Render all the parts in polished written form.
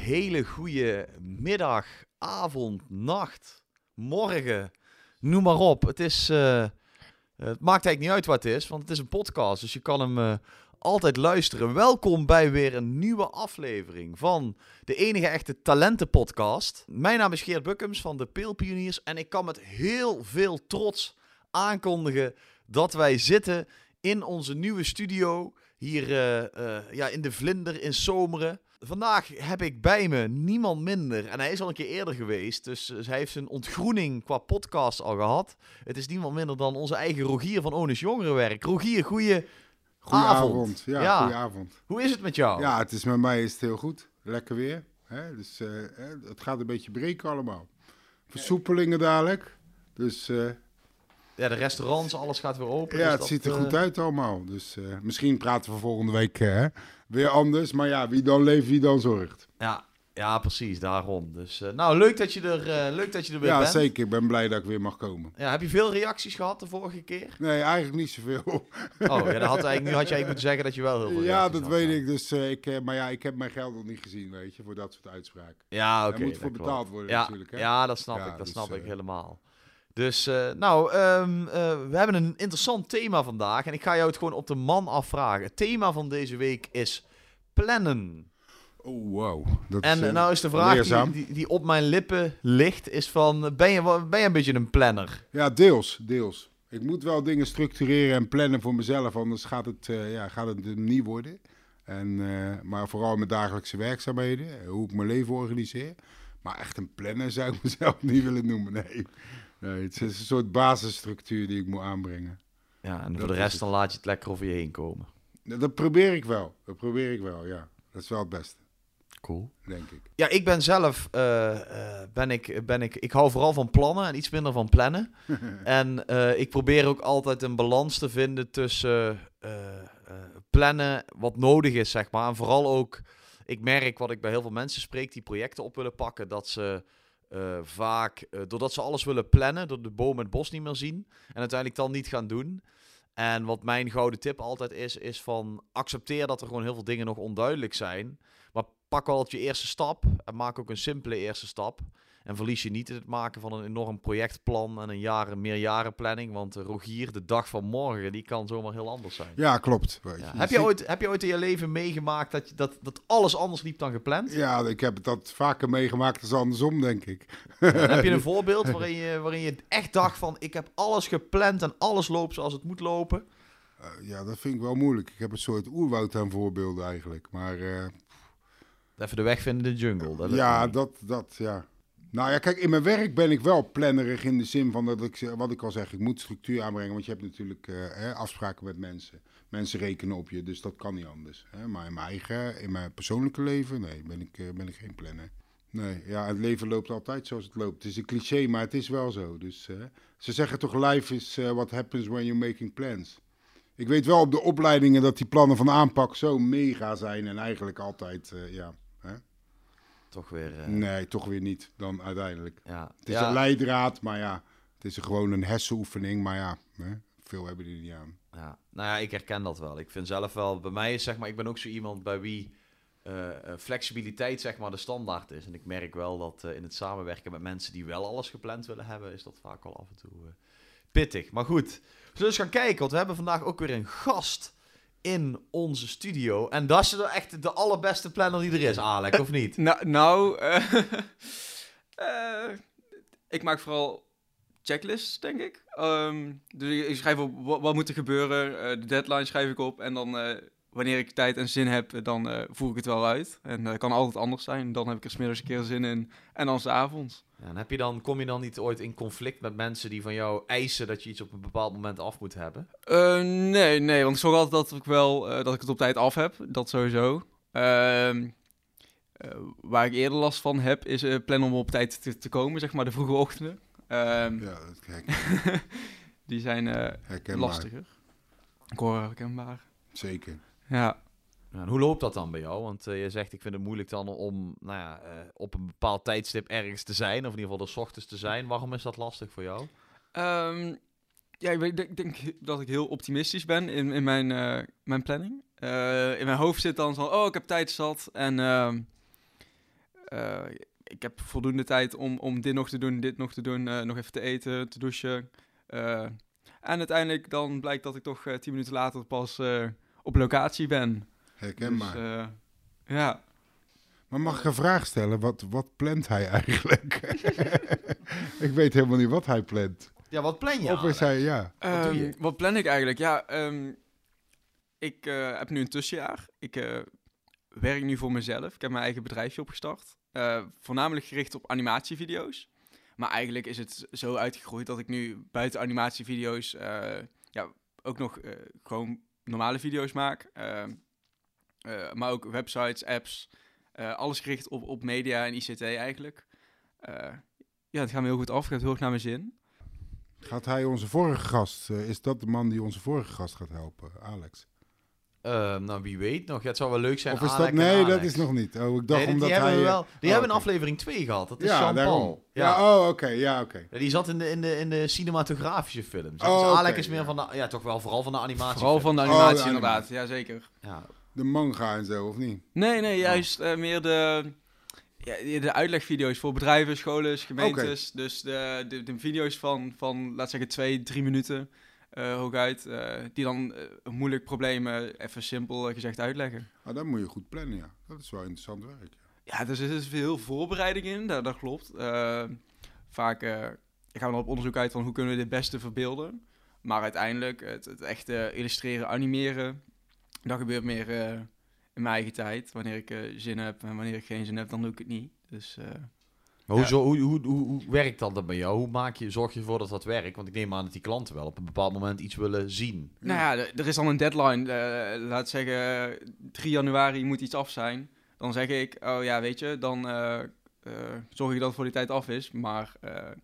hele goede middag, avond, nacht, morgen, noem maar op. Het maakt eigenlijk niet uit wat het is, want het is een podcast, dus je kan hem altijd luisteren. Welkom bij weer een nieuwe aflevering van de enige echte talentenpodcast. Mijn naam is Geert Bukkums van de Peelpioniers en ik kan met heel veel trots aankondigen dat wij zitten in onze nieuwe studio hier in de Vlinder in Zomeren. Vandaag heb ik bij me niemand minder, en hij is al een keer eerder geweest, dus hij heeft zijn ontgroening qua podcast al gehad. Het is niemand minder dan onze eigen Rogier van Onus Jongerenwerk. Rogier, goedenavond. Ja, goedenavond. Hoe is het met jou? Ja, met mij is het heel goed. Lekker weer. Hè? Dus het gaat een beetje breken allemaal. Versoepelingen dadelijk. Dus ja, de restaurants, alles gaat weer open. ja, dus het ziet er goed uit allemaal. Dus misschien praten we volgende week weer anders. Maar ja, wie dan leeft, wie dan zorgt. Ja, precies, daarom. Dus leuk dat je er weer bent. Ja, zeker. Ik ben blij dat ik weer mag komen. Ja, heb je veel reacties gehad de vorige keer? Nee, eigenlijk niet zoveel. Oh, ja, nu had je eigenlijk moeten zeggen dat je wel heel veel reacties had. Ja, dat weet ik. Dus ik heb mijn geld nog niet gezien, weet je, voor dat soort uitspraken. Ja, oké. Er moet voor betaald worden natuurlijk. Hè? Ja, dat snap ik helemaal. Dus, we hebben een interessant thema vandaag. En ik ga jou het gewoon op de man afvragen. Het thema van deze week is plannen. Oh, wow. Dat en is, nou is de vraag die op mijn lippen ligt, is van, ben je een beetje een planner? Ja, deels. Ik moet wel dingen structureren en plannen voor mezelf, anders gaat het hem niet worden. Maar vooral met dagelijkse werkzaamheden, hoe ik mijn leven organiseer. Maar echt een planner zou ik mezelf niet willen noemen, nee. Het is een soort basisstructuur die ik moet aanbrengen. Ja, en voor de rest dan laat je het lekker over je heen komen. Dat probeer ik wel, ja. Dat is wel het beste. Cool. Denk ik. Ja, ik ben zelf, ik hou vooral van plannen en iets minder van plannen. En ik probeer ook altijd een balans te vinden tussen plannen wat nodig is, zeg maar. En vooral ook, ik merk wat ik bij heel veel mensen spreek die projecten op willen pakken, dat ze vaak, doordat ze alles willen plannen, door de boom het bos niet meer zien en uiteindelijk dan niet gaan doen. En wat mijn gouden tip altijd is van accepteer dat er gewoon heel veel dingen nog onduidelijk zijn. Maar pak altijd je eerste stap en maak ook een simpele eerste stap. En verlies je niet in het maken van een enorm projectplan en een meerjarenplanning. Want Rogier, de dag van morgen, die kan zomaar heel anders zijn. Ja, klopt. Ja. Heb je ooit in je leven meegemaakt dat alles anders liep dan gepland? Ja, ik heb dat vaker meegemaakt dan andersom, denk ik. Ja, heb je een voorbeeld waarin je echt dacht van, ik heb alles gepland en alles loopt zoals het moet lopen? Ja, dat vind ik wel moeilijk. Ik heb een soort oerwoud aan voorbeelden eigenlijk. Maar even de weg vinden in de jungle. Ja. Nou ja, kijk, in mijn werk ben ik wel plannerig in de zin van dat wat ik al zeg, ik moet structuur aanbrengen. Want je hebt natuurlijk afspraken met mensen. Mensen rekenen op je, dus dat kan niet anders. Hè? Maar in mijn persoonlijke leven, nee, ben ik geen planner. Nee, ja, het leven loopt altijd zoals het loopt. Het is een cliché, maar het is wel zo. Dus ze zeggen toch, life is what happens when you're making plans. Ik weet wel op de opleidingen dat die plannen van aanpak zo mega zijn en eigenlijk altijd, Toch weer... Nee, toch weer niet dan uiteindelijk. Ja. Het is een leidraad, maar ja, het is gewoon een hersenoefening. Maar ja, veel hebben die niet aan. Ja. Nou ja, ik herken dat wel. Ik vind zelf wel, bij mij is zeg maar, ik ben ook zo iemand bij wie flexibiliteit zeg maar de standaard is. En ik merk wel dat in het samenwerken met mensen die wel alles gepland willen hebben, is dat vaak al af en toe pittig. Maar goed, we zullen eens gaan kijken, want we hebben vandaag ook weer een gast in onze studio. En dat is echt de allerbeste planner die er is, Alec, of niet? Ik maak vooral checklists, denk ik. Dus ik schrijf op wat moet er gebeuren. De deadline schrijf ik op. En dan, wanneer ik tijd en zin heb, dan voer ik het wel uit. En dat kan altijd anders zijn. Dan heb ik er 's middags een keer zin in. En dan 's avonds. Ja, en kom je dan niet ooit in conflict met mensen die van jou eisen dat je iets op een bepaald moment af moet hebben? Nee, want ik zorg altijd dat ik het op tijd af heb. Dat sowieso. Waar ik eerder last van heb, is plannen om op tijd te komen, zeg maar de vroege ochtenden. Ja, dat kijk. Die zijn lastiger. Ik hoor herkenbaar. Zeker. Ja. En hoe loopt dat dan bij jou? Want je zegt, ik vind het moeilijk dan om op een bepaald tijdstip ergens te zijn, of in ieder geval 's ochtends te zijn. Waarom is dat lastig voor jou? Ik denk dat ik heel optimistisch ben in mijn planning. In mijn hoofd zit dan van, ik heb tijd zat. En Ik heb voldoende tijd om dit nog te doen, dit nog te doen, nog even te eten, te douchen. En uiteindelijk dan blijkt dat ik toch 10 minuten later pas op locatie ben. Herkenbaar. Dus, ja. Maar mag ik een vraag stellen? Wat plant hij eigenlijk? Ik weet helemaal niet wat hij plant. Ja, wat plan je Of is hij, ja. Wat doe je? Wat plan ik eigenlijk? Ja, ik heb nu een tussenjaar. Ik werk nu voor mezelf. Ik heb mijn eigen bedrijfje opgestart. Voornamelijk gericht op animatievideo's. Maar eigenlijk is het zo uitgegroeid dat ik nu buiten animatievideo's ook nog gewoon normale video's maak. Maar ook websites, apps. Alles gericht op media en ICT eigenlijk. Het gaat me heel goed af. Het gaat heel erg naar mijn zin. Gaat hij onze vorige gast, is dat de man die onze vorige gast gaat helpen, Alex? Nou, wie weet nog. Ja, het zou wel leuk zijn. Of is Alec dat, nee, en dat Alex. is nog niet. Oh, ik dacht Nee, omdat die hij... hebben we wel. Die hebben oké. een aflevering 2 gehad. Dat is Ja, Jean-Paul. daarom. Ja, oké. Ja, die zat in de cinematografische films. Dus Oh, Alex oké, is meer ja. van de... Ja, toch wel vooral van de animatie. Vooral van de de animatie animatie. inderdaad. Jazeker. Ja. De manga en zo, of niet? Nee, juist meer de uitlegvideo's voor bedrijven, scholen, gemeentes. Dus de video's van laat zeggen 2-3 minuten hooguit. Die dan een moeilijk probleem even simpel gezegd uitleggen. Ah, dat moet je goed plannen, ja. Dat is wel interessant werk. Ja, dus er is veel voorbereiding in, dat klopt. Vaak gaan we op onderzoek uit van hoe kunnen we dit beste verbeelden. Maar uiteindelijk het echte illustreren, animeren, dat gebeurt meer in mijn eigen tijd. Wanneer ik zin heb en wanneer ik geen zin heb, dan doe ik het niet. Dus, Maar Ja. hoe werkt dat bij jou? Zorg je ervoor dat dat werkt? Want ik neem aan dat die klanten wel op een bepaald moment iets willen zien. nou ja, er is dan een deadline. Laat zeggen, 3 januari moet iets af zijn. Dan zeg ik, oh ja, weet je, dan zorg ik dat het voor die tijd af is. Maar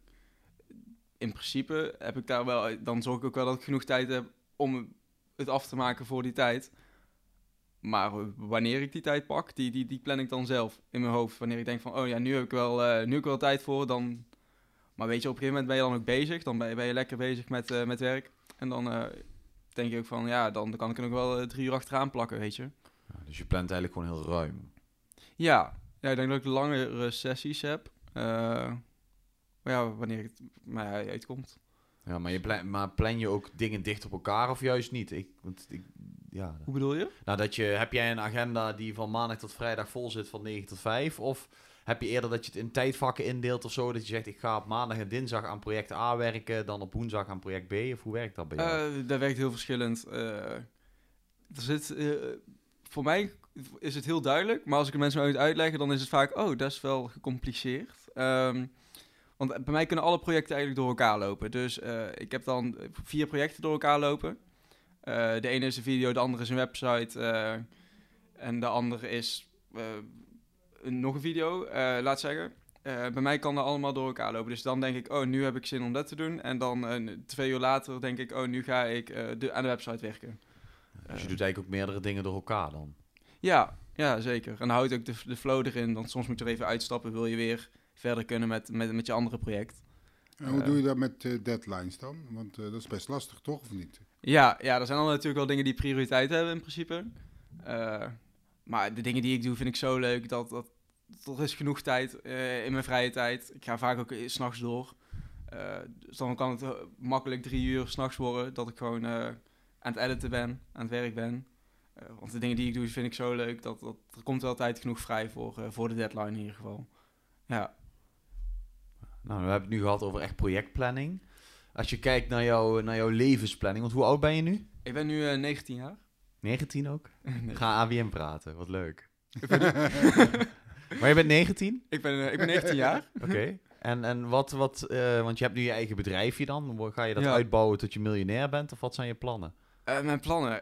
in principe heb ik daar wel, dan zorg ik ook wel dat ik genoeg tijd heb om het af te maken voor die tijd. Maar wanneer ik die tijd pak, die plan ik dan zelf in mijn hoofd. Wanneer ik denk van, oh ja, nu heb ik wel tijd voor, dan... Maar weet je, op een gegeven moment ben je dan ook bezig. Dan ben je lekker bezig met werk. En dan denk je ook van, ja, dan kan ik er nog wel 3 uur achteraan plakken, weet je. Ja, dus je plant eigenlijk gewoon heel ruim. Ja, ik denk dat ik langere sessies heb. Maar ja, wanneer het mij uitkomt. Ja, maar plan je ook dingen dicht op elkaar of juist niet? Ja. Hoe bedoel je? Nou, heb jij een agenda die van maandag tot vrijdag vol zit van 9 tot 5? Of heb je eerder dat je het in tijdvakken indeelt of zo? Dat je zegt, ik ga op maandag en dinsdag aan project A werken, dan op woensdag aan project B? Of hoe werkt dat bij jou? Dat werkt heel verschillend. Voor mij is het heel duidelijk, maar als ik het mensen moet uitleggen, dan is het vaak, oh, dat is wel gecompliceerd. Want bij mij kunnen alle projecten eigenlijk door elkaar lopen. Dus ik heb dan 4 projecten door elkaar lopen. De ene is een video, de andere is een website. En de andere is nog een video, laat zeggen. Bij mij kan dat allemaal door elkaar lopen. Dus dan denk ik, oh, nu heb ik zin om dat te doen. En dan 2 uur later denk ik, oh, nu ga ik aan de website werken. Dus je doet eigenlijk ook meerdere dingen door elkaar dan? Ja, zeker. En dan houdt ook de flow erin. Want soms moet je er even uitstappen, wil je weer verder kunnen met je andere project. En hoe doe je dat met deadlines dan? Want dat is best lastig, toch? Of niet? Ja, er zijn dan natuurlijk wel dingen die prioriteit hebben in principe. Maar de dingen die ik doe vind ik zo leuk dat er is genoeg tijd in mijn vrije tijd. Ik ga vaak ook 's nachts door. Dus dan kan het makkelijk 3 uur 's nachts worden dat ik gewoon aan het editen ben, aan het werk ben. Want de dingen die ik doe vind ik zo leuk dat er komt wel tijd genoeg vrij voor de deadline in ieder geval. Ja. Nou, we hebben het nu gehad over echt projectplanning. Als je kijkt naar jouw levensplanning, want hoe oud ben je nu? Ik ben nu 19 jaar. 19 ook? Nee. Ga ABM praten, wat leuk. Maar je bent 19? Ik ben 19 jaar. Oké. En wat want je hebt nu je eigen bedrijfje dan. Ga je dat Ja. uitbouwen tot je miljonair bent? Of wat zijn je plannen? Mijn plannen.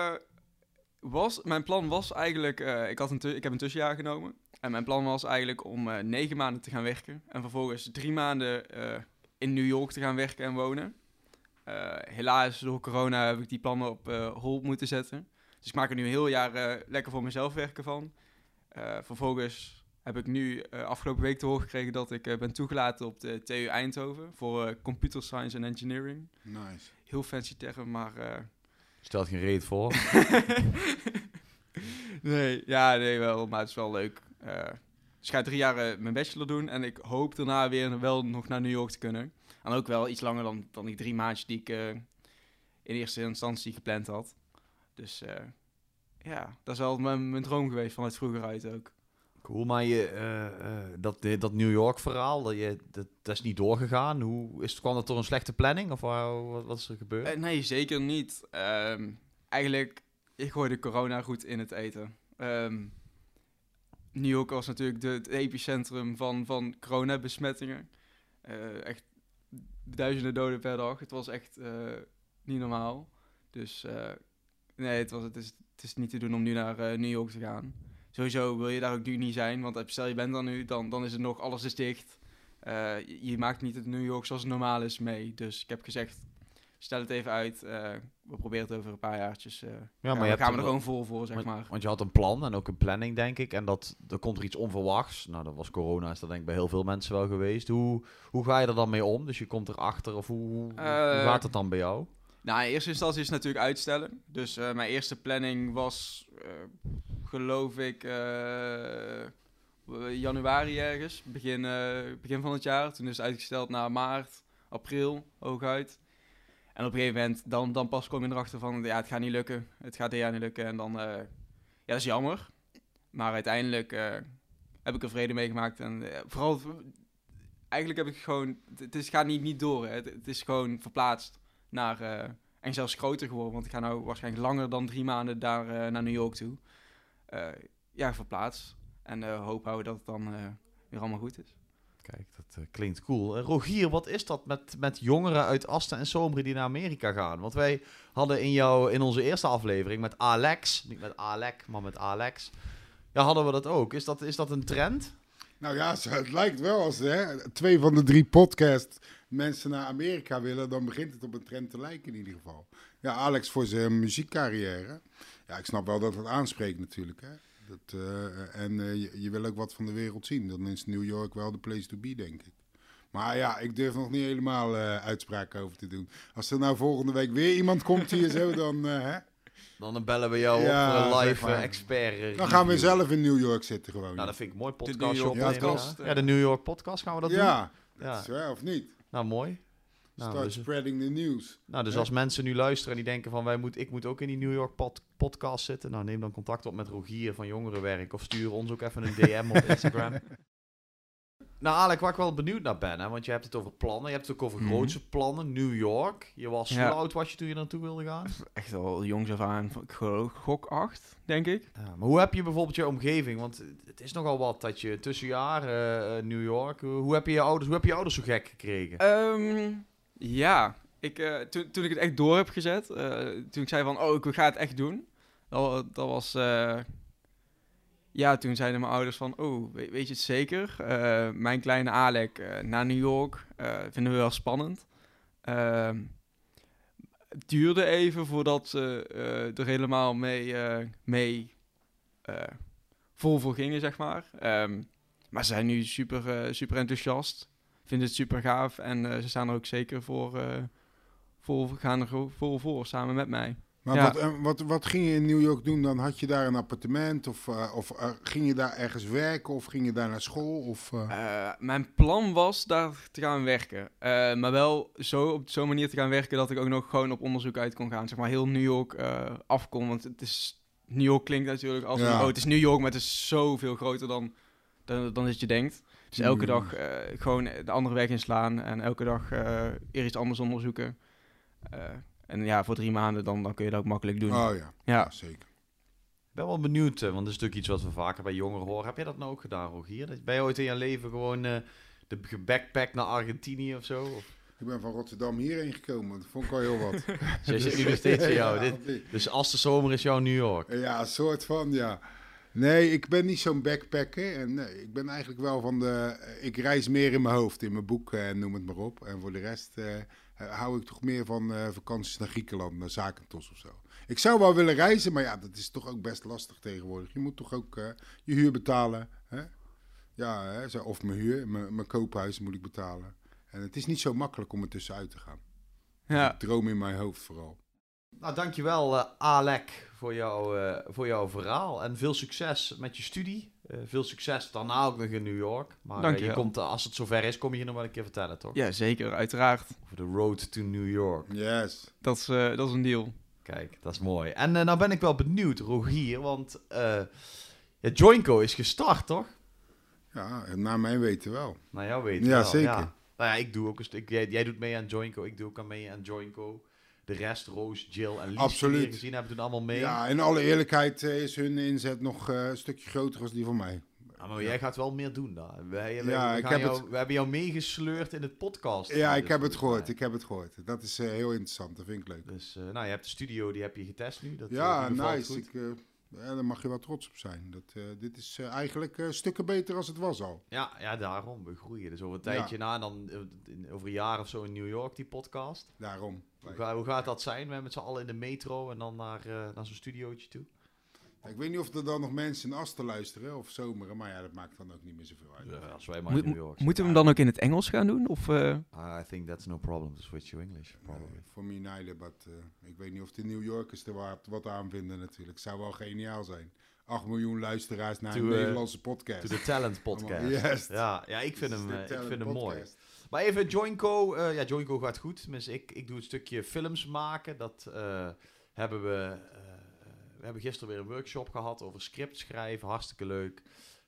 Mijn plan was eigenlijk... ik heb een tussenjaar genomen. En mijn plan was eigenlijk om 9 maanden te gaan werken. En vervolgens 3 maanden in New York te gaan werken en wonen. Helaas, door corona heb ik die plannen op hold moeten zetten. Dus ik maak er nu een heel jaar lekker voor mezelf werken van. Vervolgens heb ik nu afgelopen week te horen gekregen dat ik ben toegelaten op de TU Eindhoven voor Computer Science and Engineering. Nice. Heel fancy term, maar... Stelt geen reet voor. nee, wel, maar het is wel leuk. Dus ik ga 3 jaar mijn bachelor doen en ik hoop daarna weer wel nog naar New York te kunnen. En ook wel iets langer dan die 3 maandjes die ik in eerste instantie gepland had. Dus ja, dat is wel mijn droom geweest vanuit vroeger uit ook. Cool, maar dat New York verhaal, dat is niet doorgegaan. Kwam dat door een slechte planning of wat is er gebeurd? Nee, zeker niet. Eigenlijk, ik gooide corona goed in het eten. New York was natuurlijk het epicentrum van coronabesmettingen. Echt duizenden doden per dag. Het was echt niet normaal. Dus nee, het is niet te doen om nu naar New York te gaan. Sowieso wil je daar ook nu niet zijn, want stel je bent daar nu, dan is het nog, alles is dicht. Je maakt niet het New York zoals het normaal is mee. Dus ik heb gezegd, stel het even uit. We proberen het over een paar jaartjes. Maar gaan we er gewoon vol voor, zeg maar. Want je had een plan en ook een planning, denk ik. En er komt er iets onverwachts. Nou, dat was corona, is dat denk ik bij heel veel mensen wel geweest. Hoe ga je er dan mee om? Dus je komt erachter, of hoe gaat het dan bij jou? Nou, in eerste instantie is het natuurlijk uitstellen. Dus mijn eerste planning was, geloof ik, januari ergens. Begin van het jaar. Toen is het uitgesteld naar maart, april, hooguit. En op een gegeven moment, dan pas kom je erachter van, ja, het gaat niet lukken. Het gaat dit jaar niet lukken. En dan, ja, dat is jammer. Maar uiteindelijk heb ik er vrede mee gemaakt. En vooral, eigenlijk heb ik gewoon, het gaat niet door. Hè. Het is gewoon verplaatst naar, en zelfs groter geworden. Want ik ga nou waarschijnlijk langer dan 3 maanden daar naar New York toe. Ja, verplaatst. En hoop houden dat het dan weer allemaal goed is. Kijk, dat klinkt cool. Rogier, wat is dat met jongeren uit Asten en Zomeren die naar Amerika gaan? Want wij hadden in onze eerste aflevering met Alex, niet met Alec, maar met Alex, ja, hadden we dat ook. Is dat een trend? Nou ja, het lijkt wel als 2 van de 3 podcasts mensen naar Amerika willen, dan begint het op een trend te lijken in ieder geval. Ja, Alex voor zijn muziekcarrière. Ja, ik snap wel dat het aanspreekt natuurlijk, hè. Je wil ook wat van de wereld zien. Dan is New York wel de place to be, denk ik. Maar ja, ik durf nog niet helemaal uitspraken over te doen. Als er nou volgende week weer iemand komt hier zo, dan... Dan bellen we jou op voor een live expert. Dan gaan we zelf in New York zitten gewoon. Nou, dat vind ik mooi. De Podcast. New York podcast. Ja, de New York podcast gaan we dat doen. Ja, dat is wel, of niet? Nou, mooi. Start spreading the news. Nou, dus als mensen nu luisteren en die denken van ik moet ook in die New York podcast zitten. Nou, neem dan contact op met Rogier van Jongerenwerk of stuur ons ook even een DM op Instagram. Nou, Alec, waar ik wel benieuwd naar ben, hè, want je hebt het over plannen. Je hebt het ook over grootse plannen. New York. Hoe oud was je toen je naartoe wilde gaan? Echt al jongs af aan, gok 8, denk ik. Ja, maar hoe heb je bijvoorbeeld je omgeving? Want het is nogal wat dat je tussenjaar New York. Hoe heb je je ouders zo gek gekregen? Ja, toen ik het echt door heb gezet, toen ik zei van, ik ga het echt doen, dat was, ja, toen zeiden mijn ouders van, weet je het zeker? Mijn kleine Alec naar New York, vinden we wel spannend. Het duurde even voordat ze er helemaal mee vol voor gingen, zeg maar. Maar ze zijn nu super enthousiast. Vinden het super gaaf en ze staan er ook zeker gaan er vol voor, samen met mij. Maar ja. wat ging je in New York doen dan? Had je daar een appartement of ging je daar ergens werken of ging je daar naar school? Of, Mijn plan was daar te gaan werken, maar wel op zo'n manier te gaan werken dat ik ook nog gewoon op onderzoek uit kon gaan. Zeg maar heel New York afkom, want New York klinkt natuurlijk als het is New York, maar het is zoveel groter dan dat je denkt. Dus elke dag gewoon de andere weg inslaan en elke dag weer iets anders onderzoeken. En ja, voor 3 maanden dan kun je dat ook makkelijk doen. Oh ja, zeker. Ik ben wel benieuwd, want dat is natuurlijk iets wat we vaker bij jongeren horen. Heb jij dat nou ook gedaan, Rogier? Ben je ooit in je leven gewoon de backpack naar Argentinië of zo? Of? Ik ben van Rotterdam hierheen gekomen. Dat vond ik al heel wat. Zo zit nu nog steeds in jou. Dus als de zomer is jouw New York? Ja, een soort van, ja. Nee, ik ben niet zo'n backpacker. En nee, ik ben eigenlijk wel van ik reis meer in mijn hoofd, in mijn boek en noem het maar op. En voor de rest hou ik toch meer van vakanties naar Griekenland, naar Zakynthos of zo. Ik zou wel willen reizen, maar ja, dat is toch ook best lastig tegenwoordig. Je moet toch ook je huur betalen. Hè? Ja, of mijn huur, mijn koophuis moet ik betalen. En het is niet zo makkelijk om er tussenuit te gaan. Ja. Ik droom in mijn hoofd vooral. Nou, dankjewel Alec voor jouw verhaal. En veel succes met je studie. Veel succes daarna ook nog in New York. Maar Dankjewel. je komt, als het zover is, kom je hier nog wel een keer vertellen, toch? Ja, zeker, uiteraard. Over de road to New York. Yes. Dat is een deal. Kijk, dat is mooi. En nou ben ik wel benieuwd, Rogier, want Joinko is gestart, toch? Ja, naar mijn weten wel. Nou, jou weet Ja, wel. zeker. Ja. Nou ja, ik doe ook een stuk. Jij doet mee aan Joinko, ik doe ook aan mee aan Joinko. De rest, Roos, Jill en Lies, Absoluut. die we gezien hebben, doen allemaal mee. Ja, in alle eerlijkheid is hun inzet nog een stukje groter dan die van mij. Ja, maar jij gaat wel meer doen daar. We hebben jou meegesleurd in het podcast. Ja, Dus ik heb het volgens gehoord. mij. Ik heb het gehoord. Dat is heel interessant. Dat vind ik leuk. Dus nou, je hebt de studio, die heb je getest nu. Dat, Ja, die bevalt nice. goed. Daar mag je wel trots op zijn. Dit is eigenlijk stukken beter als het was al. Ja, daarom. We groeien. Dus over een tijdje na, dan over een jaar of zo in New York, die podcast. Daarom. Hoe gaat dat zijn? We met z'n allen in de metro en dan naar zo'n studiootje toe. Ik weet niet of er dan nog mensen in Asten luisteren of zomeren, maar ja, dat maakt dan ook niet meer zoveel uit. Ja, als wij maar in New York Moeten we hem dan ook in het Engels gaan doen? Of, I think that's no problem to switch to English, probably. Voor me neither, but ik weet niet of de New Yorkers er wat aan vinden natuurlijk. Zou wel geniaal zijn. 8 miljoen luisteraars naar een Nederlandse podcast. To the Talent Podcast. Yes. Ja, ik vind hem, mooi. podcast. Maar even Joinko. Joinko gaat goed. Tenminste, ik doe een stukje films maken. Dat hebben we... we hebben gisteren weer een workshop gehad over script schrijven. Hartstikke leuk.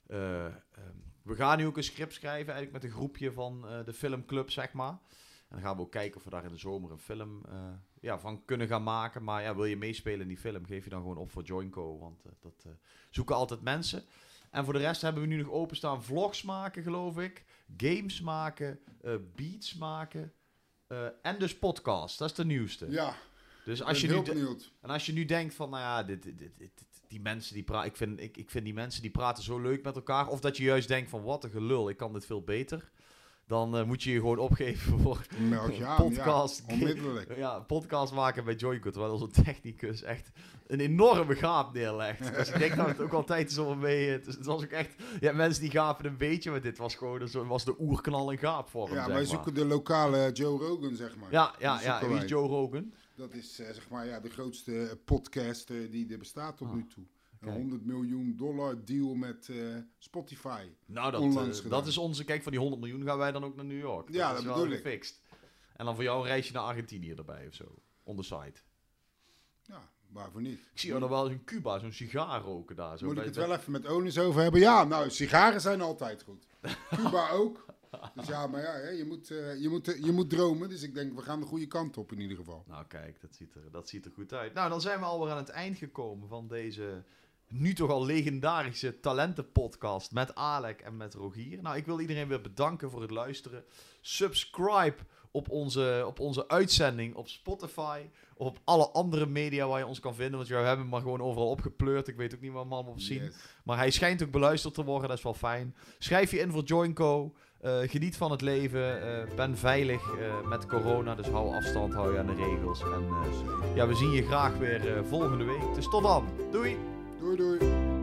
We gaan nu ook een script schrijven eigenlijk met een groepje van de filmclub, zeg maar. En dan gaan we ook kijken of we daar in de zomer een film van kunnen gaan maken. Maar ja, wil je meespelen in die film, geef je dan gewoon op voor Joinko. Want dat zoeken altijd mensen. En voor de rest hebben we nu nog openstaan vlogs maken, geloof ik. Games maken, beats maken. En dus podcast, dat is de nieuwste. Ja, Dus als ik je ben nu heel benieuwd. en als je nu denkt van, nou ja, die mensen die praten, ik vind die mensen die praten zo leuk met elkaar. Of dat je juist denkt van, wat een gelul, ik kan dit veel beter. Dan moet je je gewoon opgeven voor Meld je aan, podcast. ja, onmiddellijk. Ja, podcast maken bij Joinko. Terwijl onze technicus echt een enorme gaap neerlegt. Dus ik denk dat het ook altijd zo mee... Het was ook echt... Ja, mensen die gapen een beetje, maar dit was gewoon was de oerknal en gaap voor hem, Ja, zeg wij maar. zoeken de lokale Joe Rogan, zeg maar. Ja, wie is Joe Rogan? Dat is zeg maar de grootste podcast die er bestaat tot nu toe. Een $100 miljoen deal met Spotify. Nou, dat is onze... Kijk, van die 100 miljoen gaan wij dan ook naar New York. Ja, is dat wel bedoel ik. gefixt. En dan voor jou een reisje naar Argentinië erbij of zo. On the side. Ja, waarvoor niet? Ik zie jou nog wel eens in Cuba, zo'n sigaar roken daar. Zo Moet ik bij- het wel even met Onis over hebben? Ja, nou, sigaren zijn altijd goed. Cuba ook. Dus ja, maar ja, hè, je moet dromen. Dus ik denk, we gaan de goede kant op in ieder geval. Nou kijk, dat ziet er goed uit. Nou, dan zijn we alweer aan het eind gekomen van deze nu toch al legendarische talentenpodcast met Alec en met Rogier. Nou, ik wil iedereen weer bedanken voor het luisteren. Subscribe op onze uitzending op Spotify, op alle andere media waar je ons kan vinden. Want we hebben hem maar gewoon overal opgepleurd. Ik weet ook niet waar we allemaal op zien. Yes. Maar hij schijnt ook beluisterd te worden, dat is wel fijn. Schrijf je in voor Joinko. Geniet van het leven. Ben veilig met corona. Dus hou afstand, hou je aan de regels. En we zien je graag weer volgende week. Dus tot dan. Doei! Doei, doei.